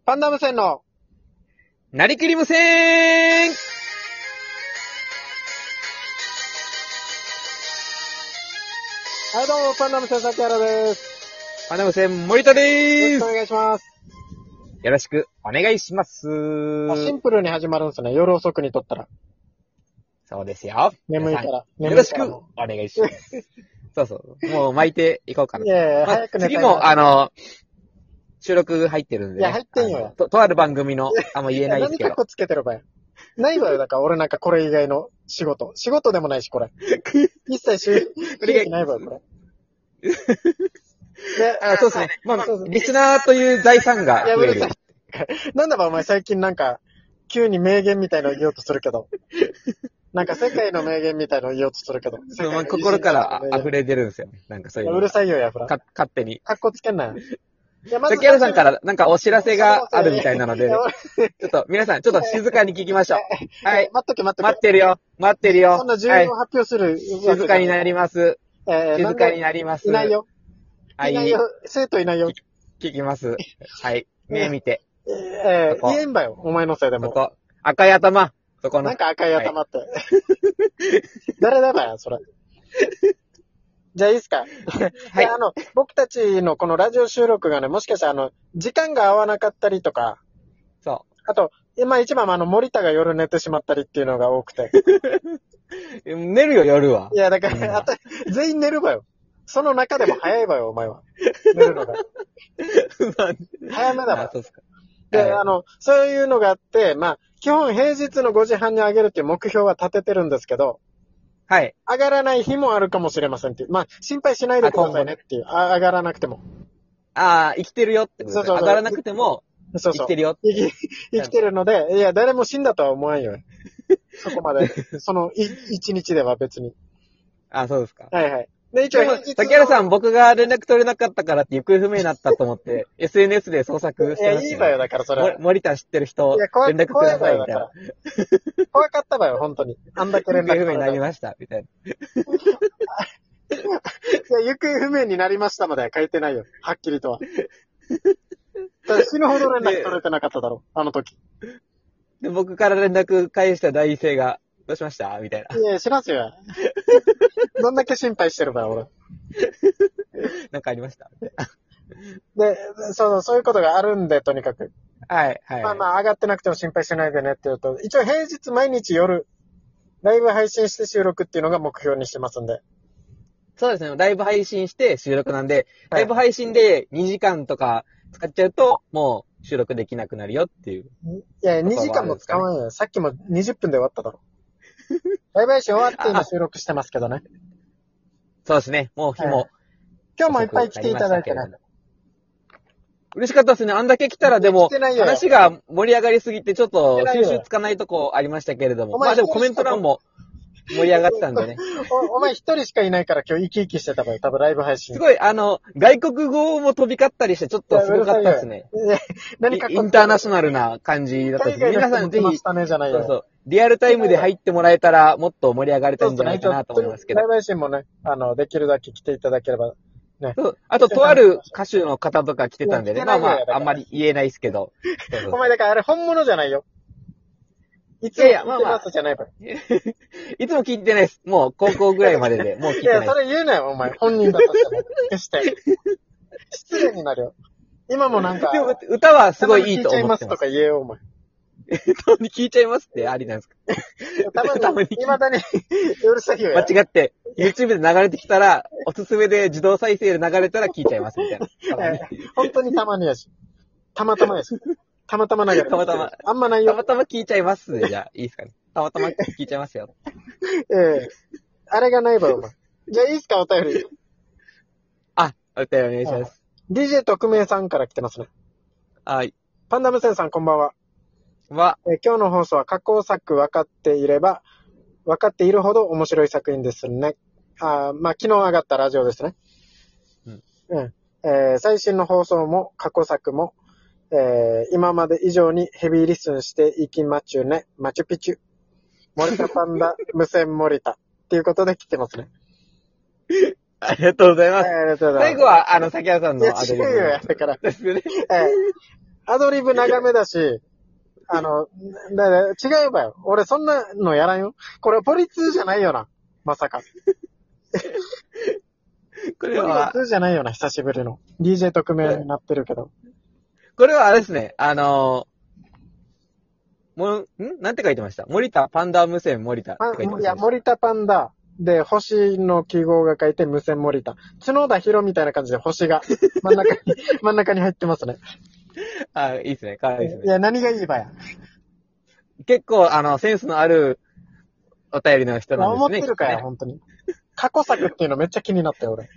パンダム線のなりきり無線。 はい、どうも、パンダム線崎原です。 パンダ無線森田よろでーす。 しくお願いします。 よろしくお願いします。 シンプルに始まるんですね。夜遅くに撮ったら。 そうですよ。 眠いから。 よろしくお願いします。そうそう。もう巻いていこうかな。 いやいや、 まあ早く寝たいな。 次も、収録入ってるんでね。 いや入ってんよとある番組の、あんま言えないですけど。 何かっこつけてるばよ。ないわよ、だから俺なんかこれ以外の仕事。仕事でもないし、これ。一切収益ないわよ、これ。で、 そうですね。まあ、 そうリスナーという財産がいや、う増えるるさ。い。なんだばお前最近なんか、急に名言みたいの言おうとするけど。なんか世界の名言みたいの言おうとするけど。 そうまあ心から溢れ出るんですよ。なんかそういうの。 うるさいよ、やふら。 勝手に。 かっこつけんなよ。いや、ま崎原さんからなんかお知らせがあるみたいなので、 いやちょっと皆さんちょっと静かに聞きましょう。はい。 待っとけ。 待ってるよ。待ってるよ。 そんな重はい要。発表する。 静かになります。静かになります。 いないよ。 はいい。 ないよ。生徒いないよ。 聞きます。はい。目見て。そこ言えんばよ。お前のせいでも。 そこ。赤い頭。そこの。 なんか赤い頭って。誰だばよ、それ。じゃあいいっすか。 はい。 僕たちのこのラジオ収録がね、もしかしたら時間が合わなかったりとか、 そあと、今一番森田が夜寝てしまったりっていうのが多くて。 う。寝るよ、夜は。 いや、だから、全員寝るばよ。その中でも早いばよ、お前は。寝るのが。早めだば。 そうっすか。 で、そういうのがあって、まあ、基本平日の5時半に上げるっていう目標は立ててるんですけど、 はい。 上がらない日もあるかもしれませんっていう。まあ、心配しないでくださいねっていう。上がらなくても。 生きてるよってことですね。 そう上がらなくても、 そうそう。 生きてるよ。 生きてるので、いや、誰も死んだとは思わんよ。そこまで。一日では別に。 そうですか。 はいはい。で、一応平日の竹原さん、僕が連絡取れなかったからって行方不明になったと思って、SNS で捜索してました、ね。 いや、いいわよ、だからそれ。 森田知ってる人、連絡ください、みたいな。 怖かったわよ、本当に。あんだけ連絡行方不明になりました、みたいな。 いや、行方不明になりましたまでは書いてないよ。はっきりとは。ただ死ぬほど連絡取れてなかっただろ、あの時。 で、僕から連絡返した第一声が、どうしましたみたいな。 いや、知らんすよ。どんだけ心配してるから、俺。 なんかありましたで、そういうことがあるんで、とにかく。 はい。 まあ、上がってなくても心配しないでねって言うと、一応平日毎日夜、ライブ配信して収録っていうのが目標にしてますんで。 そうですね。ライブ配信して収録なんで、 はい、 ライブ配信で2時間とか使っちゃうと、もう収録できなくなるよっていう。 いや、2時間も使わんよ。さっきも20分で終わっただろ。ライブ配信終わって今収録してますけどね。 そうですね。もう日も、 今日もいっぱい来ていただいてね。 嬉しかったですね。あんだけ来たらでも、話が盛り上がりすぎてちょっと収集つかないとこありましたけれども。まあでもコメント欄も盛り上がってたんでね。 お前一人しかいないから今日生き生きしてたから、多分ライブ配信。 すごい、外国語も飛び交ったりしてちょっとすごかったですね。インターナショナルな感じだったですね。皆さんぜひ、そうリアルタイムで入ってもらえたらもっと盛り上がれたんじゃないかなと思いますけど。 ライブ配信もね、できるだけ来ていただければ。ね、 あと、とある歌手の方とか来てたんでね。まあ、あんまり言えないですけど。 お前だからあれ本物じゃないよ。いつも聞いてますじゃないから。 いつも聞いてないです。もう高校ぐらいまでで、もう聞いてないです。 いや、それ言うなよ、お前。本人だとしても。決して。失礼になるよ。今もなんか。 でも、歌はすごいいいと思ってます。聞いちゃいますとか言えよ、お前。 たまに聞いちゃいますってありなんですかたまに。未だに、うるさいよ。 間違って、YouTube で流れてきたら、おすすめで自動再生で流れたら聞いちゃいますみたいな。 本当にたまにやし。たまたまやし。たまたま流れてたまたま。 あんまないよ。 たまたま聞いちゃいますね。じゃあ、いいですかね。たまたま聞いちゃいますよ。 あれがないわ、お前。じゃあいいっすか、お便り。 お便りお願いします。 DJ 特命さんから来てますね。 はい。 パンダムセンさん、こんばんは。今日の放送は加工作分かっていれば、分かっているほど面白い作品ですね。まあ、昨日上がったラジオですね。最新の放送も過去作も、今まで以上にヘビーリスンしていきまちゅね。マチュピチュ。森田パンダ、無線森田。っていうことで来てますね。 ありがとうございます。 ありがとうございます。 最後は、崎原さんのアドリブ。いや、違うよ、だから。 ですよね。 アドリブ長めだし、だから違うばよ。俺そんなのやらんよ。これポリ2じゃないよな。まさか。 これは、 ポリ2じゃないよな、久しぶりの。DJ 特命になってるけど。 これはあれですね、なんて書いてました？森田パンダ無線森田って書いてました。 いや、森田パンダで星の記号が書いて無線森田。角田博みたいな感じで星が真ん中に入ってますね。 あ、いいですね。かわいいですね。 いや、何がいいばや。 結構、センスのあるお便りの人なんですね。 思ってるかや、本当に。過去作っていうのめっちゃ気になったよ、俺。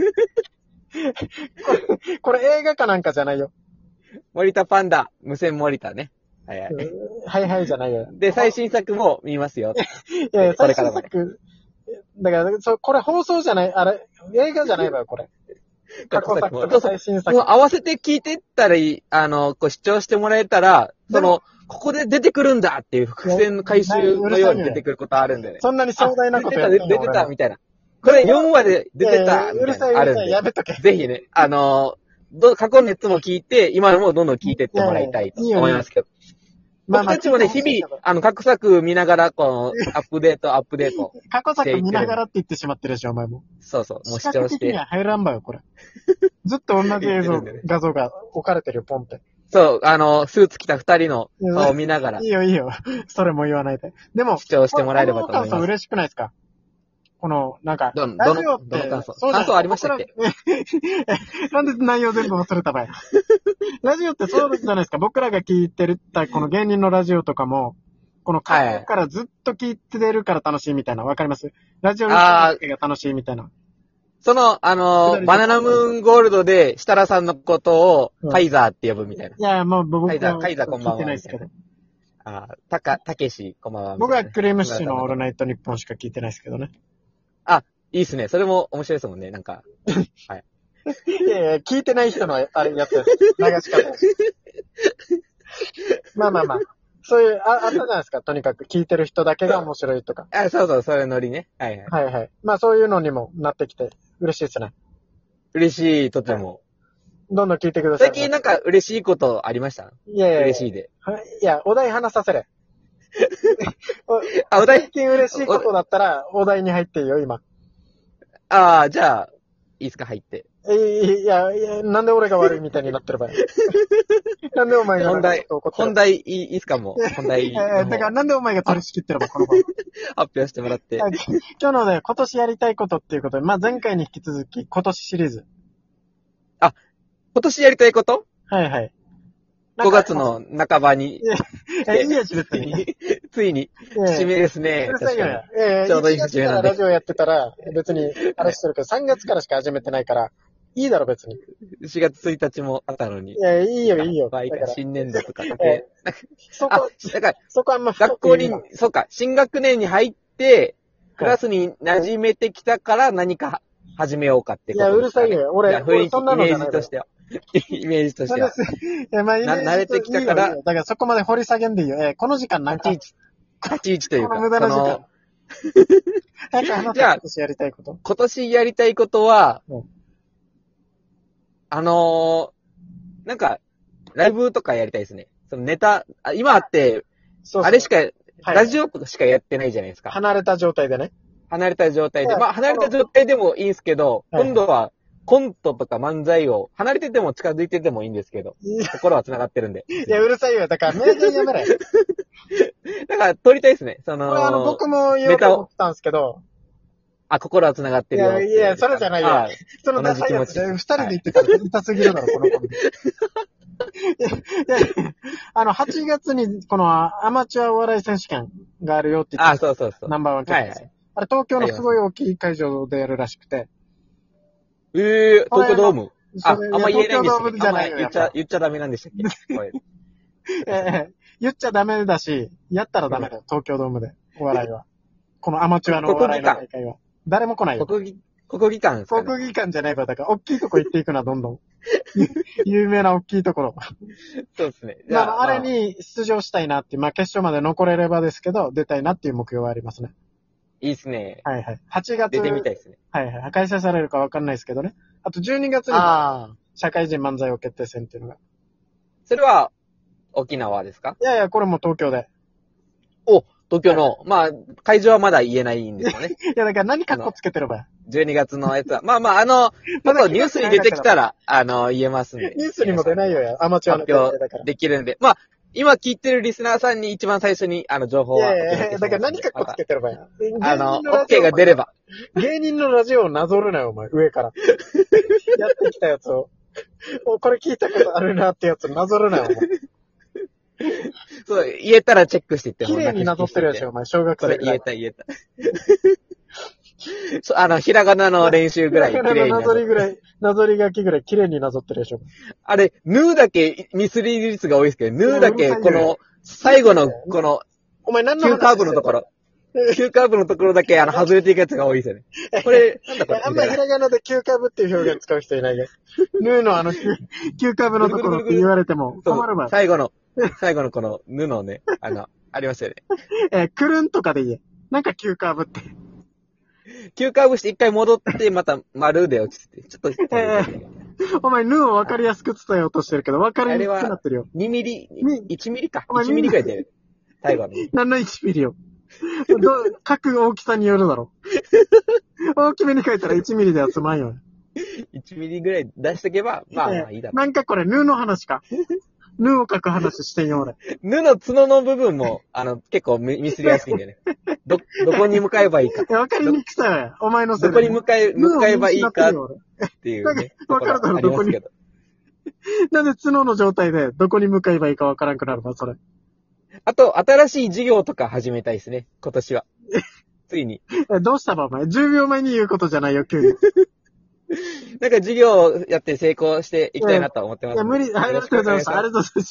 これ映画かなんかじゃないよ。 森田パンダ、無線森田ね。はいはい。 はいはいじゃないよ。 で、最新作も見ますよ。 いや、最新作。だから、これ放送じゃない、あれ、映画じゃないわよ、これ。過去作と最新作。 もう合わせて聞いてったらいい、視聴してもらえたら、ここで出てくるんだっていう伏線回収のように出てくることあるんでね。 そんなに壮大なことやってんの？ 出てたみたいな。これ4話で出てたみたいなあるんで。 やめとけ。 ぜひね、過去のやつも聞いて、今のもどんどん聞いてってもらいたいと思いますけど。僕たちもね、日々、過去作見ながら、アップデート。 過去作見ながらって言ってしまってるでしょ、お前も。 そうそう、もう視聴して。視覚的には入らんばよ、これ。ずっと同じ画像が置かれてるよ、ポンって。 そう、スーツ着た二人の顔を見ながら。 いいよ。それも言わないで。でも、 視聴してもらえればと思います。 この感想嬉しくないですか？なんか、 どの感想？感想ありましたっけ？ なんで内容全部忘れたばや。ラジオってそうじゃないですか。僕らが聞いてるこの芸人のラジオとかも、この過去からずっと聞いてるから楽しいみたいな。わかります？ラジオが楽しいみたいな。 バナナムーンゴールドで設楽さんのことをカイザーって呼ぶみたいな。 いや、もう僕はカイザーこんばんは。 聞いてないですけど。 たけしこんばんは。 僕はクレームシチのオールナイトニッポンしか聞いてないですけどね。 いいっすね。それも面白いですもんね、なんか。はい。 いや、聞いてない人のやつです。流し方。まあ。そういう、あったじゃないですか。とにかく聞いてる人だけが面白いとか。 そう、そういうノリね。はい。 まあそういうのにもなってきて、嬉しいですね。 嬉しい、とても。 どんどん聞いてください。 最近なんか嬉しいことありました？ いや。 嬉しいで。 いや、お題話させれ。 お題？ 最近嬉しいことだったら、お題に入っていいよ、今。 じゃあ、いいっすか、入って。 いや、なんで俺が悪いみたいになってる場合。なんでお前が本題いいっすか、もう。本題。 だからなんでお前が取り仕切ってるの、この場。 発表してもらって。 今日のね、今年やりたいことっていうことで、まあ前回に引き続き、今年シリーズ。 今年やりたいこと？ はい。 5月の半ばに。 いや、別に。 ついに、締めですね。 確かに。 ちょうどいい締めなんで。 ラジオやってたら、別に、あれしてるけど、3月からしか始めてないから、いいだろ、別に。 4月1日もあったのに。 いや、いいよ。 新年度とかだからそこあんま学校に、新学年に入って、クラスに馴染めてきたから何か始めようかってことですかね。 いや、うるさいよ。俺、 そんなのイメージとしては。イメージとしては。慣れてきたから。 だからそこまで掘り下げんでいいよ。この時間なんか。 立ち位置というか。 この無駄な時間。じゃあ、今年やりたいこと。 今年やりたいことは、なんか、ライブとかやりたいですね。そのネタ、今あって、あれしか、ラジオしかやってないじゃないですか。 離れた状態でね。 離れた状態で。まあ、離れた状態でもいいんですけど、今度は、コントとか漫才を、離れてても近づいててもいいんですけど、心は繋がってるんで。 いや、うるさいよ。だから、名言やめれ。 だから、撮りたいですね。 僕も言おうと思ってたんですけど。 心は繋がってるよ。 いや、それじゃないよ。その同じ気持ち。二人で言ってたら痛すぎるだろ、この子。8月に、このアマチュアお笑い選手権があるよって言ってそう。 ナンバーワンキャラです。あれ、東京のすごい大きい会場でやるらしくて。 東京ドーム。あんま言えないんですけど。 言っちゃダメなんでしたっけ言っちゃダメだし、やったらダメだよ、東京ドームで、お笑いは。このアマチュアのお笑いの大会は。誰も来ないよ。 国技館ですかね。 国技館じゃないわ。だから、大きいとこ行っていくな、どんどん。有名な大きいところ。 そうですね。 あれに出場したいなっていう、決勝まで残れればですけど、出たいなっていう目標はありますね。 いいっすね。 はい。8月。 出てみたいですね。 はい。開催されるかわかんないですけどね。あと12月に社会人漫才王決定戦っていうのが。 それは、 沖縄ですか？ いやいや、これも東京で。 お、東京の、まあ、会場はまだ言えないんですよね。 いや、だから何かっこつけてれば。 12月のやつは。まあまあ、もっとニュースに出てきたら、言えますんで。 ニュースにも出ないよや、アマチュアの発表できるんで。まあ、今聞いてるリスナーさんに一番最初に、情報は。 いやいや、だから何かっこつけてればや。 OK が出れば。 芸人のラジオをなぞるなよ、お前、上から。やってきたやつを。これ聞いたことあるなってやつなぞるなよ、お前。 そう、言えたらチェックしていっても綺麗になぞってるでしょ、お前、小学生。 それ言えた。ひらがなの練習ぐらい綺麗になぞりぐらい、 なぞり書きぐらい綺麗になぞってるでしょ。 あれ、ヌーだけミスリー率が多いですけど、ヌーだけこの、最後の、この、 お前何の急カーブのところ。急カーブのところだけ、外れていくやつが多いですよね。これ、なんだこれ。 あんまひらがなで急カーブっていう表現使う人いないよ。ヌーの急カーブのところって言われても困るわ。 最後のこの、ヌのね、ありますよね。 くるんとかで言え。なんか急カーブって。 急カーブして一回戻って、また丸で落ちて、ちょっと。 お前、ヌーを分かりやすく伝えようとしてるけど、分かりにくくなってるよ。 2ミリ、1ミリか。1ミリくらい出る。最後の。 何の1ミリよ。書く大きさによるだろ。大きめに書いたら1ミリではつまんよ。 1ミリぐらい出しとけば、まあいいだろう。 なんかこれ、ヌーの話か。ヌーを書く話してんよ、俺。 ヌの角の部分も、結構ミスりやすいんだよね。どこに向かえばいいか。 わかりにくさよ。お前のせいで。 どこに向かえばいいかっていうね。 わかるだろ、どこに。なんで角の状態で、どこに向かえばいいかわからんくなるの、それ。 あと、新しい授業とか始めたいですね、今年は。ついに。 どうしたば、お前。10秒前に言うことじゃないよ、急に。 なんか授業やって成功していきたいなと思ってます。 いや、無理。ありがとうございました。ありがとうございました。